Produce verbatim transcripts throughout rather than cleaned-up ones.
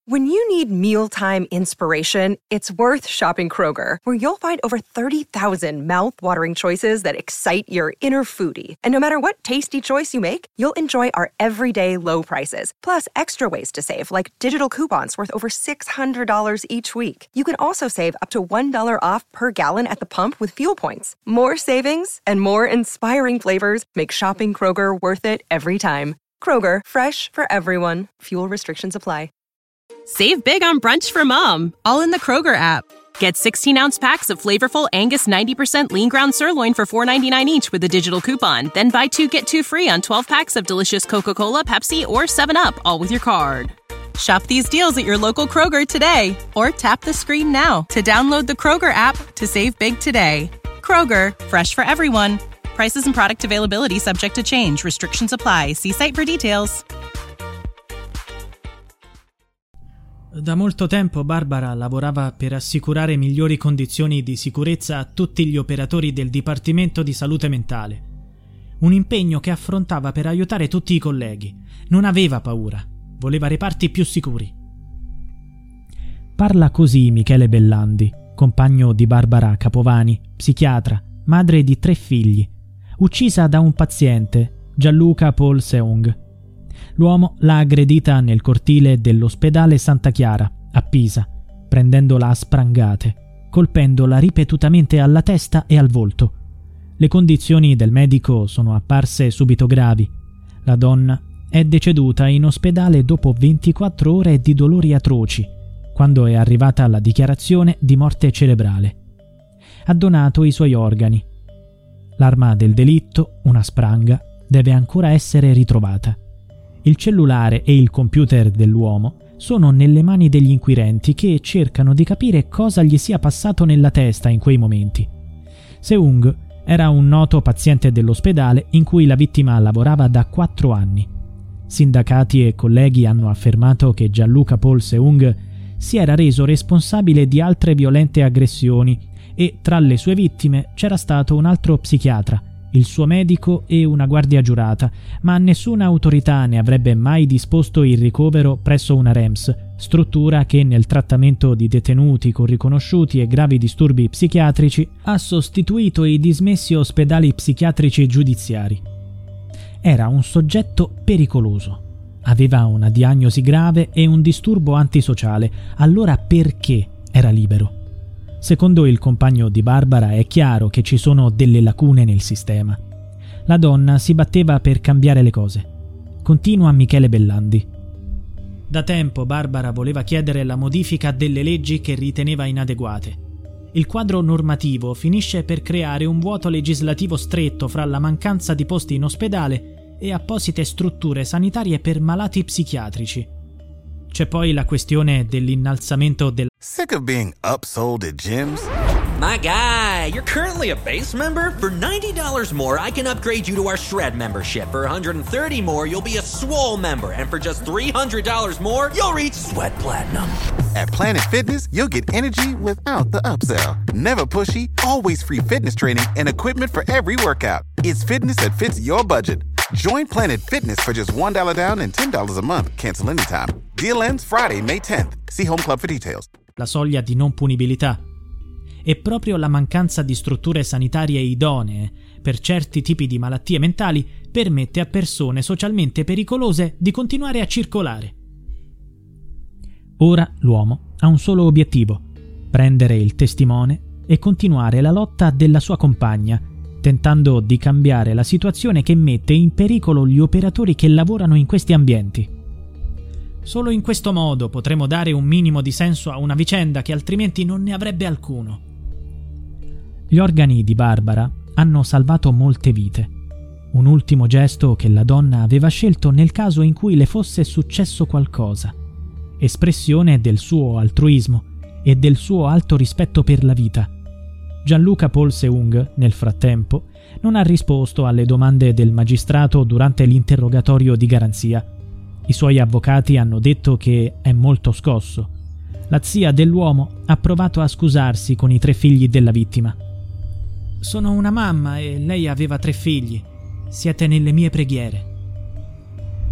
When you need mealtime inspiration, it's worth shopping Kroger, where you'll find over thirty thousand mouth-watering choices that excite your inner foodie. And no matter what tasty choice you make, you'll enjoy our everyday low prices, plus extra ways to save, like digital coupons worth over six hundred dollars each week. You can also save up to one dollar off per gallon at the pump with fuel points. More savings and more inspiring flavors make shopping Kroger worth it every time. Kroger, fresh for everyone. Fuel restrictions apply. Save big on brunch for mom, all in the Kroger app. Get sixteen-ounce packs of flavorful Angus ninety percent lean ground sirloin for four ninety-nine each with a digital coupon. Then buy two, get two free on twelve packs of delicious Coca-Cola, Pepsi, or seven up, all with your card. Shop these deals at your local Kroger today, or tap the screen now to download the Kroger app to save big today. Kroger, fresh for everyone. Prices and product availability subject to change. Restrictions apply. See site for details. Da molto tempo Barbara lavorava per assicurare migliori condizioni di sicurezza a tutti gli operatori del Dipartimento di Salute Mentale. Un impegno che affrontava per aiutare tutti i colleghi. Non aveva paura, voleva reparti più sicuri. Parla così Michele Bellandi, compagno di Barbara Capovani, psichiatra, madre di tre figli, uccisa da un paziente, Gianluca Paul Seung. L'uomo l'ha aggredita nel cortile dell'ospedale Santa Chiara, a Pisa, prendendola a sprangate, colpendola ripetutamente alla testa e al volto. Le condizioni del medico sono apparse subito gravi. La donna è deceduta in ospedale dopo ventiquattro ore di dolori atroci, quando è arrivata la dichiarazione di morte cerebrale. Ha donato i suoi organi. L'arma del delitto, una spranga, deve ancora essere ritrovata. Il cellulare e il computer dell'uomo sono nelle mani degli inquirenti che cercano di capire cosa gli sia passato nella testa in quei momenti. Seung era un noto paziente dell'ospedale in cui la vittima lavorava da quattro anni. Sindacati e colleghi hanno affermato che Gianluca Paul Seung si era reso responsabile di altre violente aggressioni e tra le sue vittime c'era stato un altro psichiatra, il suo medico e una guardia giurata, ma nessuna autorità ne avrebbe mai disposto il ricovero presso una R E M S, struttura che nel trattamento di detenuti con riconosciuti e gravi disturbi psichiatrici ha sostituito i dismessi ospedali psichiatrici giudiziari. Era un soggetto pericoloso. Aveva una diagnosi grave e un disturbo antisociale. Allora perché era libero? Secondo il compagno di Barbara è chiaro che ci sono delle lacune nel sistema. La donna si batteva per cambiare le cose. Continua Michele Bellandi. Da tempo Barbara voleva chiedere la modifica delle leggi che riteneva inadeguate. Il quadro normativo finisce per creare un vuoto legislativo stretto fra la mancanza di posti in ospedale e apposite strutture sanitarie per malati psichiatrici. C'è poi la questione dell'innalzamento del... Sick of being upsold at gyms? My guy, you're currently a base member? For ninety dollars more, I can upgrade you to our Shred membership. For one hundred thirty dollars more, you'll be a Swole member. And for just three hundred dollars more, you'll reach Sweat Platinum. At Planet Fitness, you'll get energy without the upsell. Never pushy, always free fitness training and equipment for every workout. It's fitness that fits your budget. Join Planet Fitness for just one dollar down and ten dollars a month. Cancel anytime. Deal ends Friday, May tenth. See Home Club for details. La soglia di non punibilità. E proprio la mancanza di strutture sanitarie idonee per certi tipi di malattie mentali permette a persone socialmente pericolose di continuare a circolare. Ora l'uomo ha un solo obiettivo: prendere il testimone e continuare la lotta della sua compagna, tentando di cambiare la situazione che mette in pericolo gli operatori che lavorano in questi ambienti. Solo in questo modo potremo dare un minimo di senso a una vicenda che altrimenti non ne avrebbe alcuno. Gli organi di Barbara hanno salvato molte vite. Un ultimo gesto che la donna aveva scelto nel caso in cui le fosse successo qualcosa. Espressione del suo altruismo e del suo alto rispetto per la vita. Gianluca Paul Seung, nel frattempo, non ha risposto alle domande del magistrato durante l'interrogatorio di garanzia. I suoi avvocati hanno detto che è molto scosso. La zia dell'uomo ha provato a scusarsi con i tre figli della vittima. Sono una mamma e lei aveva tre figli. Siete nelle mie preghiere.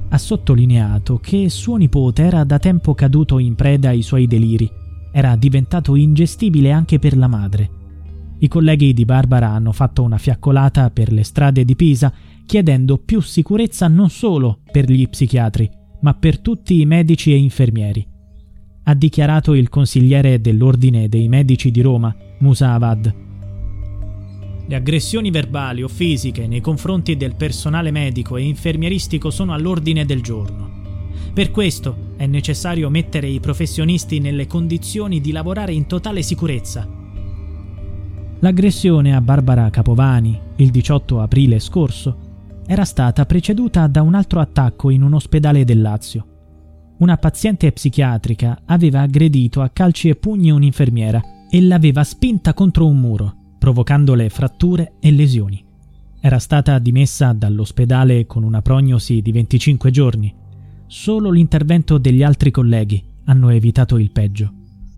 ha sottolineato che suo nipote era da tempo caduto in preda ai suoi deliri. Era diventato ingestibile anche per la madre. I colleghi di Barbara hanno fatto una fiaccolata per le strade di Pisa chiedendo più sicurezza non solo per gli psichiatri, ma per tutti i medici e infermieri. Ha dichiarato il consigliere dell'Ordine dei Medici di Roma, Musa Awad. Le aggressioni verbali o fisiche nei confronti del personale medico e infermieristico sono all'ordine del giorno. Per questo è necessario mettere i professionisti nelle condizioni di lavorare in totale sicurezza. L'aggressione a Barbara Capovani, il diciotto aprile scorso, era stata preceduta da un altro attacco in un ospedale del Lazio. Una paziente psichiatrica aveva aggredito a calci e pugni un'infermiera e l'aveva spinta contro un muro, provocandole fratture e lesioni. Era stata dimessa dall'ospedale con una prognosi di venticinque giorni. Solo l'intervento degli altri colleghi hanno evitato il peggio.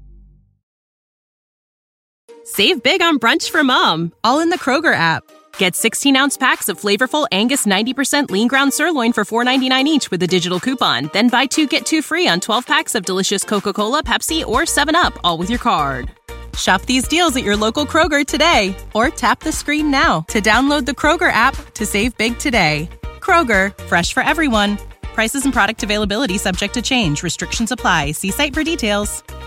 Save big on brunch for mom, all in the Kroger app. Get sixteen-ounce packs of flavorful Angus ninety percent lean ground sirloin for four ninety-nine each with a digital coupon. Then buy two, get two free on twelve packs of delicious Coca-Cola, Pepsi, or seven up, all with your card. Shop these deals at your local Kroger today, or tap the screen now to download the Kroger app to save big today. Kroger, fresh for everyone. Prices and product availability subject to change. Restrictions apply. See site for details.